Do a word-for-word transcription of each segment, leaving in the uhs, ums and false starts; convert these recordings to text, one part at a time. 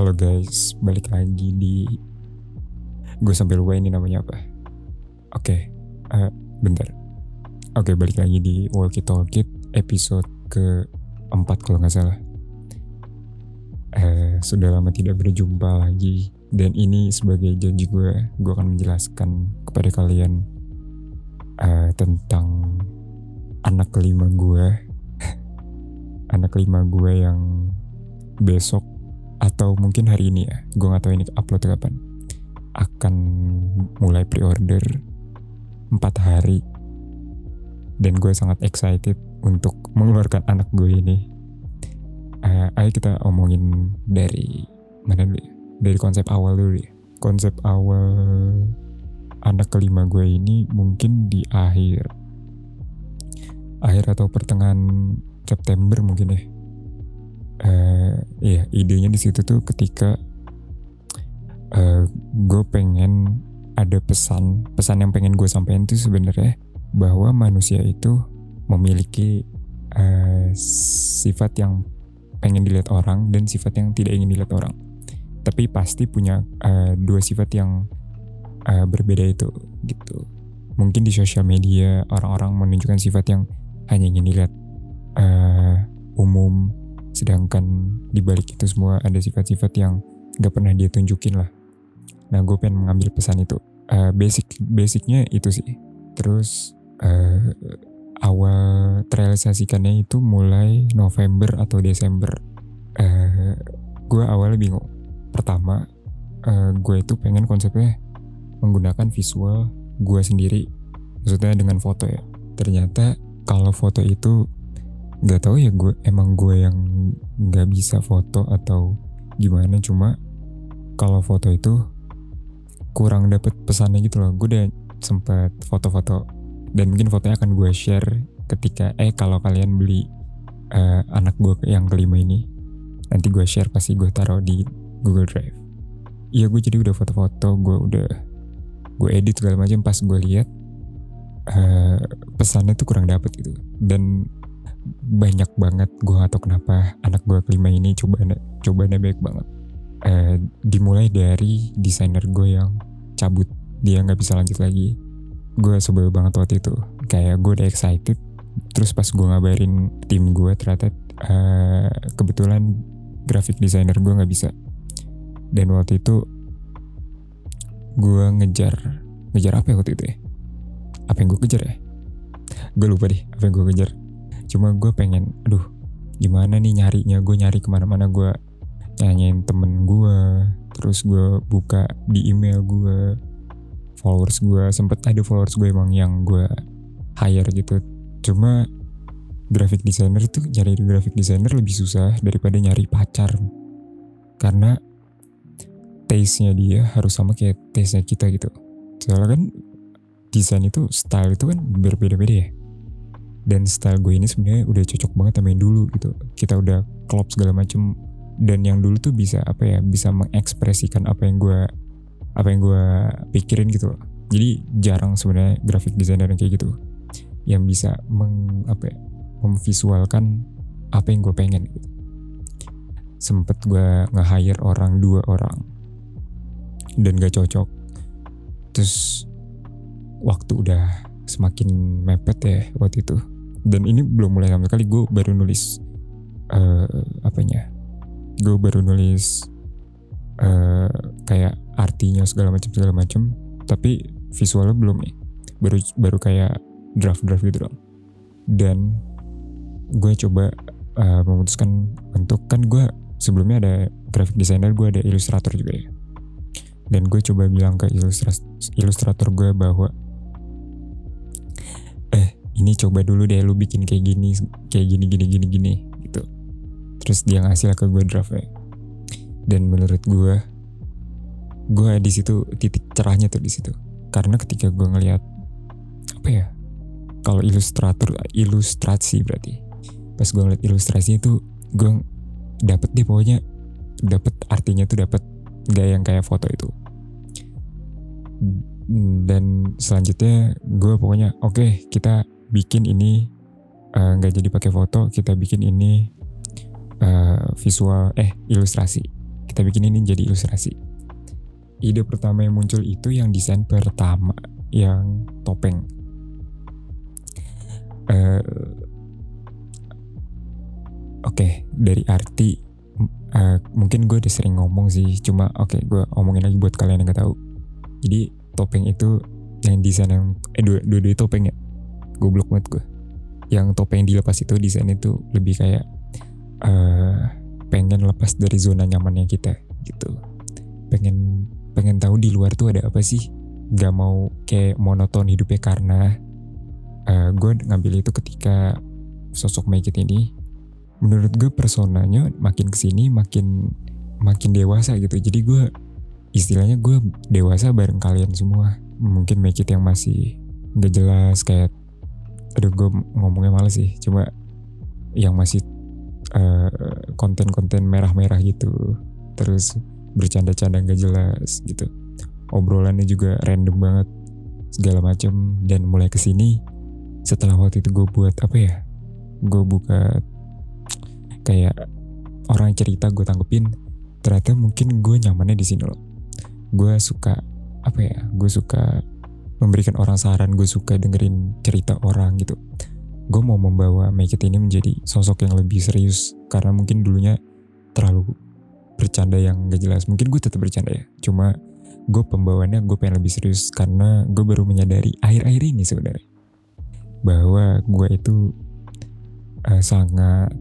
Halo guys, balik lagi di gue sampai lupa ini namanya apa. Oke, uh, bentar. Oke, balik lagi di Walkie Talkie episode keempat kalau nggak salah. Uh, sudah lama tidak berjumpa lagi, dan ini sebagai janji gue, gue akan menjelaskan kepada kalian uh, tentang anak kelima gue, anak kelima gue yang besok atau mungkin hari ini ya, gue gak tahu ini upload kapan, akan mulai pre-order empat hari, dan gue sangat excited untuk mengeluarkan anak gue ini. uh, Ayo kita omongin dari mana dulu ya, dari konsep awal dulu ya. Konsep awal anak kelima gue ini mungkin di akhir akhir atau pertengahan September mungkin ya. Uh, iya, idenya di situ tuh ketika uh, gue pengen ada pesan pesan yang pengen gue sampaikan tuh sebenarnya bahwa manusia itu memiliki uh, sifat yang pengen dilihat orang dan sifat yang tidak ingin dilihat orang, tapi pasti punya uh, dua sifat yang uh, berbeda itu gitu. Mungkin di sosial media orang-orang menunjukkan sifat yang hanya ingin dilihat uh, umum, sedangkan di balik itu semua ada sifat-sifat yang gak pernah dia tunjukin lah. Nah, gue pengen mengambil pesan itu. Uh, basic basicnya itu sih. Terus uh, awal terrealisasikannya itu mulai November atau Desember. Uh, gue awalnya bingung. Pertama, uh, gue itu pengen konsepnya menggunakan visual gue sendiri, maksudnya dengan foto ya. Ternyata kalau foto itu gak tahu ya, gue emang gue yang gak bisa foto atau gimana, cuma kalau foto itu kurang dapet pesannya gitu loh. Gue udah sempet foto-foto dan mungkin fotonya akan gue share ketika eh kalau kalian beli uh, anak gue yang kelima ini, nanti gue share, pasti gue taruh di Google Drive. Iya, gue jadi udah foto-foto, gue udah gue edit segala macam. Pas gue lihat uh, pesannya tuh kurang dapet gitu, dan banyak banget, gue gak tau kenapa anak gue kelima ini cobaannya cobaannya baik banget. Uh, dimulai dari desainer gue yang cabut, dia nggak bisa lanjut lagi. Gue sebel banget waktu itu, kayak gue udah excited, terus pas gue ngabarin tim gue ternyata uh, kebetulan graphic designer gue nggak bisa. Dan waktu itu gue ngejar ngejar apa ya waktu itu ya, apa yang gue kejar ya, gue lupa deh apa yang gue kejar. Cuma gue pengen, aduh gimana nih nyarinya, gue nyari kemana-mana, gue nanyain temen gue, terus gue buka di email gue, followers gue, sempet ada followers gue emang yang gue hire gitu. Cuma graphic designer itu, nyari graphic designer lebih susah daripada nyari pacar, karena taste-nya dia harus sama kayak taste-nya kita gitu. Soalnya kan desain itu, style itu kan berbeda-beda ya. Dan style gue ini sebenarnya udah cocok banget sama yang dulu gitu. Kita udah klop segala macem, dan yang dulu tuh bisa apa ya, bisa mengekspresikan apa yang gue apa yang gue pikirin gitu loh. Jadi jarang sebenarnya graphic designer yang kayak gitu, yang bisa meng, apa ya, memvisualkan apa yang gue pengen gitu. Sempet gue nge-hire orang, dua orang, dan gak cocok. Terus waktu udah semakin mepet ya waktu itu, dan ini belum mulai sama sekali, gue baru nulis uh, apanya gue baru nulis uh, kayak artinya segala macam segala macam, tapi visualnya belum nih, baru baru kayak draft draft gitu dong. Dan gue coba uh, memutuskan untuk, kan gue sebelumnya ada graphic designer, gue ada ilustrator juga ya, dan gue coba bilang ke ilustras, ilustrator gue bahwa ini coba dulu deh lu bikin kayak gini, kayak gini gini gini gini gitu. Terus dia ngasih ke gue draftnya, dan menurut gue, gue di situ titik cerahnya tuh di situ. Karena ketika gue ngelihat apa ya, kalau ilustrator ilustrasi berarti, pas gue ngeliat ilustrasinya tuh gue dapet deh, pokoknya dapet artinya tuh, dapet gak yang kayak foto itu. Dan selanjutnya gue pokoknya oke, okay, kita bikin ini nggak uh, jadi pakai foto, kita bikin ini uh, visual eh ilustrasi kita bikin ini jadi ilustrasi. Ide pertama yang muncul itu yang desain pertama, yang topeng. Uh, Oke, okay, dari arti uh, mungkin gue udah sering ngomong sih, cuma oke okay, gue omongin lagi buat kalian yang nggak tahu. Jadi topeng itu yang desain yang eh dua dua, dua topeng ya, goblok banget gue. Yang topeng dilepas itu desain itu lebih kayak uh, pengen lepas dari zona nyamannya kita gitu. Pengen pengen tahu di luar tuh ada apa sih. Gak mau kayak monoton hidupnya, karena uh, gue ngambil itu ketika sosok Make It ini menurut gue personanya makin kesini makin makin dewasa gitu. Jadi gue istilahnya gue dewasa bareng kalian semua. Mungkin Make It yang masih gak jelas kayak, aduh gue ngomongnya males sih, cuma yang masih uh, konten-konten merah-merah gitu, terus bercanda-canda gak jelas gitu, obrolannya juga random banget segala macam. Dan mulai kesini setelah waktu itu gue buat apa ya, gue buka kayak orang cerita gue tanggepin, ternyata mungkin gue nyamannya di sini loh. Gue suka apa ya, gue suka memberikan orang saran, gue suka dengerin cerita orang gitu. Gue mau membawa Make It ini menjadi sosok yang lebih serius, karena mungkin dulunya terlalu bercanda yang gak jelas. Mungkin gue tetap bercanda ya, cuma gue pembawaannya gue pengen lebih serius, karena gue baru menyadari akhir-akhir ini sebenarnya bahwa gue itu uh, sangat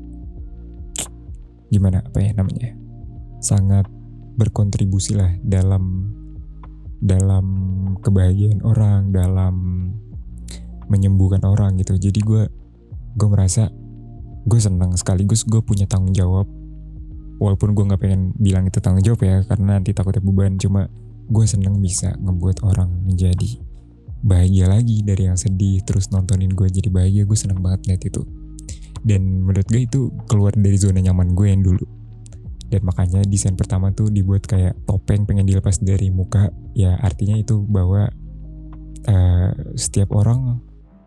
gimana apa ya namanya, sangat berkontribusi lah dalam dalam kebahagiaan orang, dalam menyembuhkan orang gitu. Jadi gue gue merasa gue senang, sekaligus gue punya tanggung jawab. Walaupun gue nggak pengen bilang itu tanggung jawab ya, karena nanti takutnya beban. Cuma gue senang bisa ngebuat orang menjadi bahagia lagi dari yang sedih, terus nontonin gue jadi bahagia. Gue senang banget lihat itu. Dan menurut gue itu keluar dari zona nyaman gue yang dulu. Dan makanya desain pertama tuh dibuat kayak topeng pengen dilepas dari muka. Ya artinya itu bahwa uh, setiap orang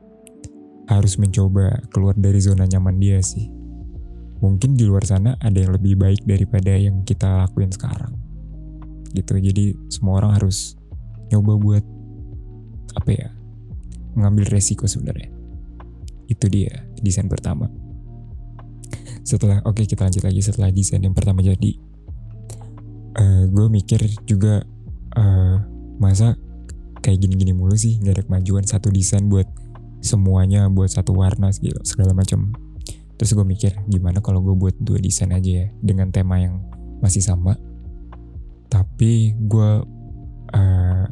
harus mencoba keluar dari zona nyaman dia sih. Mungkin di luar sana ada yang lebih baik daripada yang kita lakuin sekarang gitu. Jadi semua orang harus nyoba buat apa ya, mengambil resiko sebenarnya. Itu dia desain pertama. Setelah oke okay, kita lanjut lagi. Setelah desain yang pertama jadi, uh, gue mikir juga uh, masa kayak gini-gini mulu sih, nggak ada kemajuan satu desain buat semuanya, buat satu warna segala, segala macam. Terus gue mikir gimana kalau gue buat dua desain aja ya, dengan tema yang masih sama, tapi gue uh,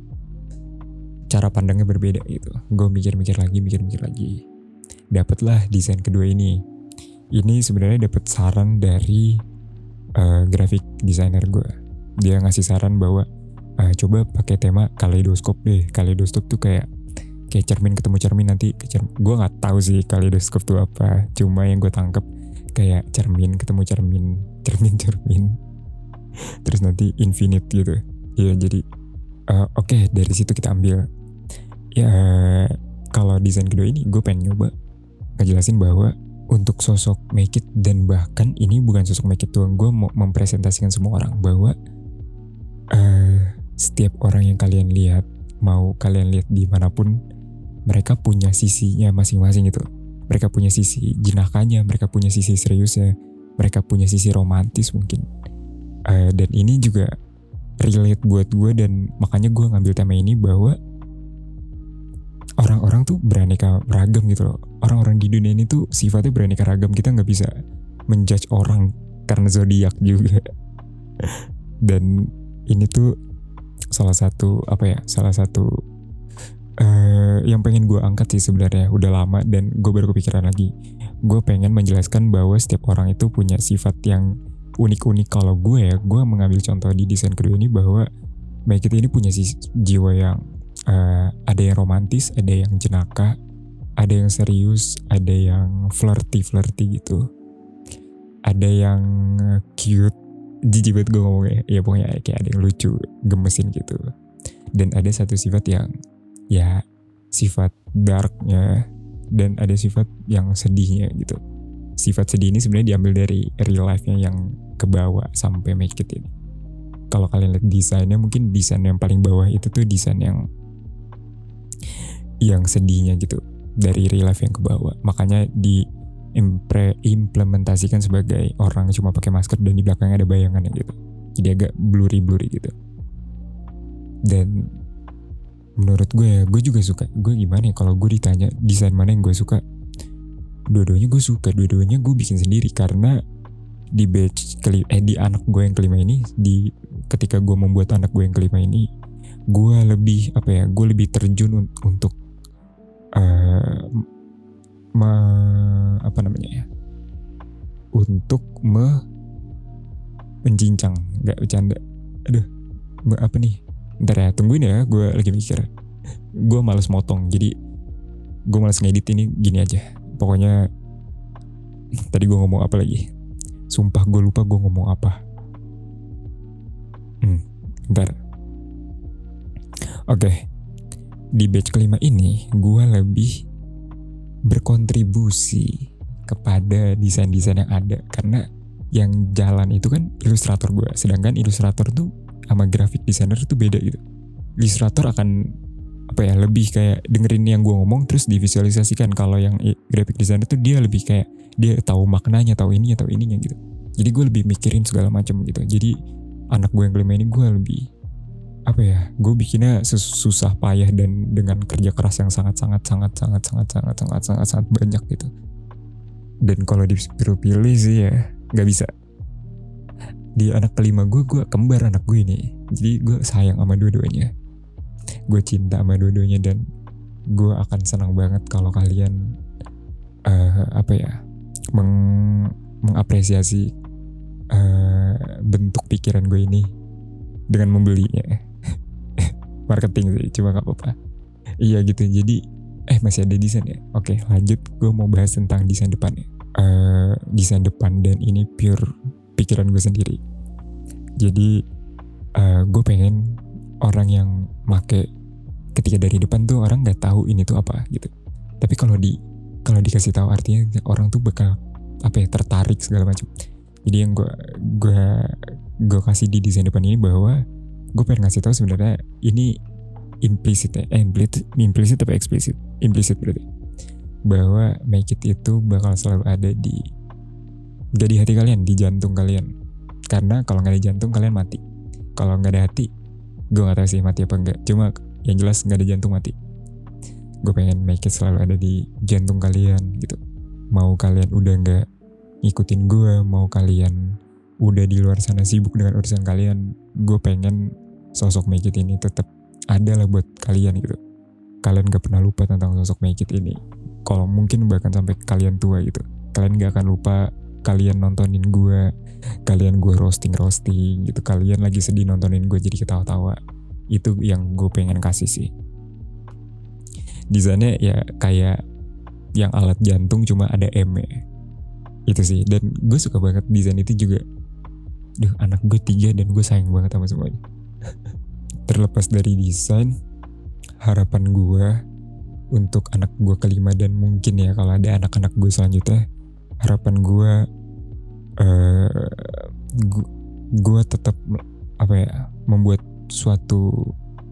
cara pandangnya berbeda gitu. Gue mikir-mikir lagi, mikir-mikir lagi, dapatlah desain kedua ini. Ini sebenarnya dapat saran dari uh, graphic designer gue. Dia ngasih saran bahwa uh, coba pakai tema kaleidoskop deh. Kaleidoskop tuh kayak kayak cermin ketemu cermin nanti. Gue nggak tahu sih kaleidoskop tuh apa. Cuma yang gue tangkep kayak cermin ketemu cermin, cermin cermin. Terus nanti infinite gitu. Ya jadi uh, oke okay, dari situ kita ambil. Ya kalau desain kedua ini gue pengen nyoba ngejelasin bahwa untuk sosok Make It, dan bahkan ini bukan sosok Make It doang, gue mau mempresentasikan semua orang bahwa uh, setiap orang yang kalian lihat, mau kalian lihat dimanapun, mereka punya sisinya masing-masing gitu. Mereka punya sisi jenakanya, mereka punya sisi seriusnya, mereka punya sisi romantis mungkin. Uh, dan ini juga relate buat gue, dan makanya gue ngambil tema ini bahwa orang-orang tuh beraneka ragam gitu loh. Orang-orang di dunia ini tuh sifatnya beraneka ragam. Kita gak bisa menjudge orang karena zodiak juga. Dan ini tuh salah satu apa ya, salah satu uh, yang pengen gue angkat sih sebenarnya. Udah lama dan gue baru kepikiran lagi. Gue pengen menjelaskan bahwa setiap orang itu punya sifat yang unik-unik. Kalau gue ya, gue mengambil contoh di desain kedua ini bahwa Make It ini punya si jiwa yang Uh, ada yang romantis, ada yang jenaka, ada yang serius, ada yang flirty-flirty gitu, ada yang cute, jijik banget gue ngomongnya, ya pokoknya kayak ada yang lucu, gemesin gitu. Dan ada satu sifat yang ya sifat darknya, dan ada sifat yang sedihnya gitu, sifat sedih ini sebenarnya diambil dari real life-nya yang ke bawah sampai make it ini. Kalau kalian lihat desainnya, mungkin desain yang paling bawah itu tuh desain yang yang sedihnya gitu, dari real life yang ke bawah. Makanya di impre, implementasikan sebagai orang cuma pakai masker dan di belakangnya ada bayangannya gitu. Jadi agak blurry-blurry gitu. Dan menurut gue ya, gue juga suka. Gue gimana ya, kalau gue ditanya desain mana yang gue suka, dua-duanya gue suka, dua-duanya gue bikin sendiri. Karena di batch keli, eh di anak gue yang kelima ini, di ketika gue membuat anak gue yang kelima ini, gue lebih apa ya, gue lebih terjun un, untuk uh, me, apa namanya ya, untuk me mencincang, nggak bercanda. Aduh, me, apa nih? Ntar ya, tungguin ya, gue lagi mikir. Gue males motong, jadi gue males ngedit ini, gini aja. Pokoknya tadi gue ngomong apa lagi? Sumpah gue lupa gue ngomong apa. Hmm, bentar. Oke, okay. Di batch kelima ini gue lebih berkontribusi kepada desain-desain yang ada, karena yang jalan itu kan ilustrator gue, sedangkan ilustrator tuh sama graphic designer tuh beda gitu. Ilustrator akan apa ya, lebih kayak dengerin yang gue ngomong terus divisualisasikan. Kalau yang graphic designer tuh dia lebih kayak dia tahu maknanya, tahu ini atau ininya gitu. Jadi gue lebih mikirin segala macam gitu. Jadi anak gue yang kelima ini gue lebih apa ya, gue bikinnya susah payah dan dengan kerja keras yang sangat sangat sangat sangat sangat sangat sangat sangat sangat banyak gitu. Dan kalau disuruh pilih sih ya nggak bisa. Di anak kelima gue, gue kembar anak gue ini. Jadi gue sayang sama dua-duanya. Gue cinta sama dua-duanya dan gue akan senang banget kalau kalian uh, apa ya, meng, mengapresiasi uh, bentuk pikiran gue ini dengan membelinya. Marketing sih, cuma gak apa-apa. Iya gitu, jadi eh masih ada desain ya. Oke lanjut, gue mau bahas tentang desain depannya. Uh, desain depan, dan ini pure pikiran gue sendiri. Jadi uh, gue pengen orang yang make ketika dari depan tuh orang nggak tahu ini tuh apa gitu. Tapi kalau di kalau dikasih tahu artinya orang tuh bakal apa ya, tertarik segala macam. Jadi yang gue gue gue kasih di desain depan ini bahwa gue pengen ngasih tahu sebenarnya ini implicit ya, eh, implicit, implicit tapi eksplisit, implicit berarti bahwa make it itu bakal selalu ada di gak di hati kalian, di jantung kalian. Karena kalau nggak ada jantung kalian mati. Kalau nggak ada hati, gue nggak tahu sih mati apa enggak. Cuma yang jelas nggak ada jantung mati. Gue pengen make it selalu ada di jantung kalian gitu. Mau kalian udah nggak ngikutin gue, mau kalian udah di luar sana sibuk dengan urusan kalian, gue pengen sosok make it ini tetap ada lah buat kalian gitu. Kalian gak pernah lupa tentang sosok make it ini. Kalau mungkin bahkan sampai kalian tua gitu, kalian gak akan lupa kalian nontonin gue, kalian gue roasting-roasting gitu, kalian lagi sedih nontonin gue jadi ketawa-tawa. Itu yang gue pengen kasih sih. Desainnya ya kayak yang alat jantung cuma ada M-nya. Itu sih, dan gue suka banget desain itu juga. Duh, anak gue tiga dan gue sayang banget sama semuanya. Terlepas dari desain, harapan gue untuk anak gue kelima dan mungkin ya kalau ada anak-anak gue selanjutnya, harapan gue uh, gue, gue tetap apa ya, membuat suatu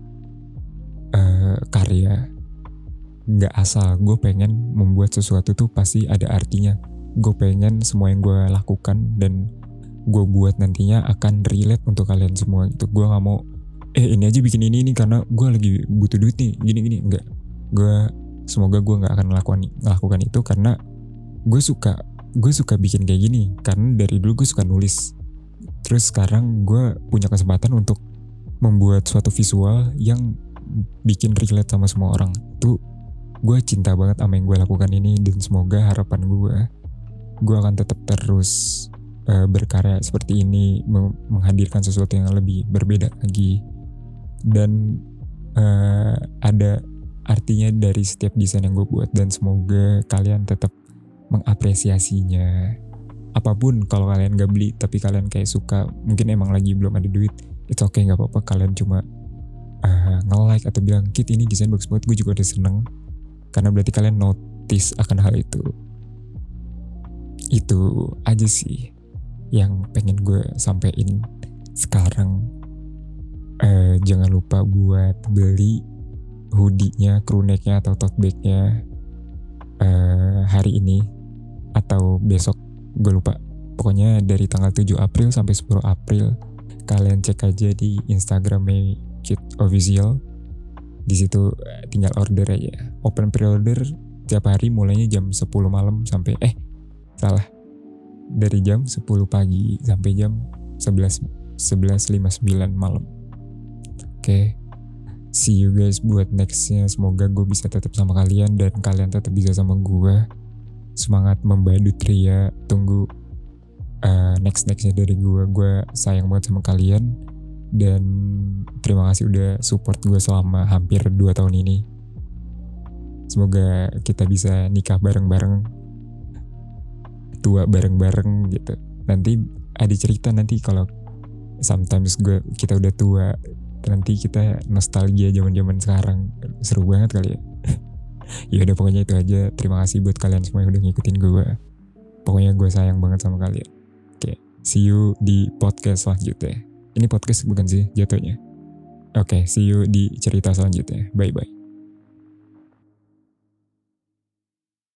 uh, karya nggak asal. Gue pengen membuat sesuatu tuh pasti ada artinya. Gue pengen semua yang gue lakukan dan gue buat nantinya akan relate untuk kalian semua gitu. Gue nggak mau eh ini aja bikin ini ini karena gue lagi butuh duit nih gini-gini, enggak. Gue semoga gue nggak akan melakukan melakukan itu karena gue suka gue suka bikin kayak gini, karena dari dulu gue suka nulis. Terus sekarang gue punya kesempatan untuk membuat suatu visual yang bikin relate sama semua orang. Tuh gue cinta banget sama yang gue lakukan ini, dan semoga harapan gue gue akan tetap terus uh, berkarya seperti ini, menghadirkan sesuatu yang lebih berbeda lagi, dan uh, ada artinya dari setiap desain yang gue buat. Dan semoga kalian tetap mengapresiasinya. Apapun, kalau kalian gak beli tapi kalian kayak suka, mungkin emang lagi belum ada duit, it's okay, gak apa-apa. Kalian cuma uh, nge-like atau bilang, Kit ini desain bagus banget, gue juga udah seneng, karena berarti kalian notice akan hal itu. itu aja sih yang pengen gue sampein sekarang. Uh, jangan lupa buat beli hoodie-nya, crew neck-nya atau tote bag-nya uh, hari ini atau besok, gue lupa. Pokoknya dari tanggal tujuh April sampai sepuluh April kalian cek aja di Instagramnya Kit Official. Di situ tinggal order aja. Open pre-order tiap hari mulainya jam sepuluh malam sampai eh salah dari jam sepuluh pagi sampai jam sebelas lima puluh sembilan malam. Oke, okay. See you guys buat nextnya. Semoga gue bisa tetap sama kalian dan kalian tetap bisa sama gue. Semangat membadut Ria. Tunggu uh, next nextnya dari gue. Gue sayang banget sama kalian dan terima kasih udah support gue selama hampir dua tahun ini. Semoga kita bisa nikah bareng-bareng, tua bareng-bareng gitu. Nanti ada cerita nanti kalau sometimes gue kita udah tua, nanti kita nostalgia zaman-zaman sekarang. Seru banget kali ya. Ya udah pokoknya itu aja. Terima kasih buat kalian semua yang udah ngikutin gue. Pokoknya gue sayang banget sama kalian. Oke, see you di podcast selanjutnya. Ini podcast bukan sih jatuhnya. Oke, see you di cerita selanjutnya. Bye bye.